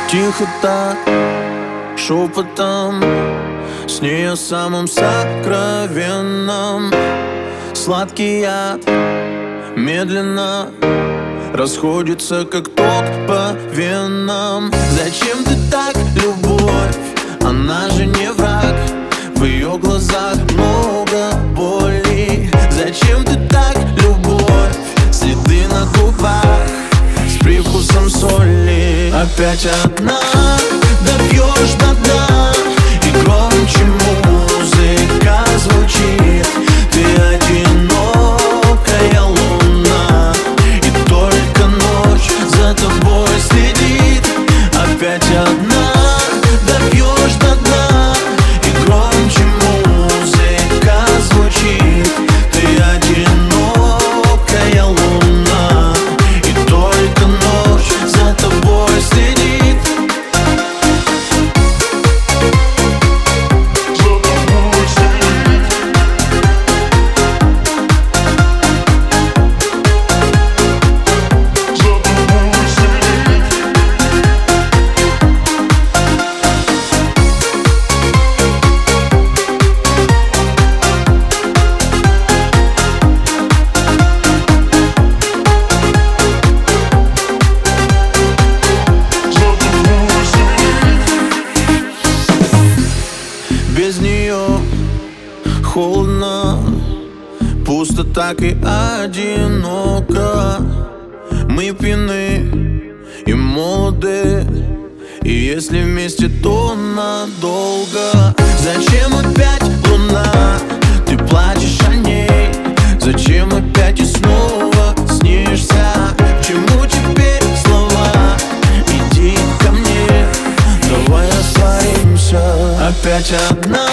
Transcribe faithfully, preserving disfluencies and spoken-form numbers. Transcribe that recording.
Тихо так, шепотом, с ней о самом сокровенном. Сладкий яд медленно расходится, как ток по венам. Зачем ты так, любовь? Она же не враг. В ее глазах много боли. Зачем ты так, любовь? Следы на губах с привкусом соли. Опять одна, допьешь до дна, и громче музыка звучит. Ты одинокая луна, и только ночь за тобой следит. Опять одна, допьешь до дна, и громче музыка звучит. Ты одинокая луна, и только ночь за тобой следит. Без нее холодно, пусто так и одиноко. Мы пьяны и молоды, и если вместе, то надолго. Зачем опять луна? Ты плачешь о ней. Зачем опять и снова снишься? К чему теперь слова? Иди ко мне, давай растворимся. Опять одна,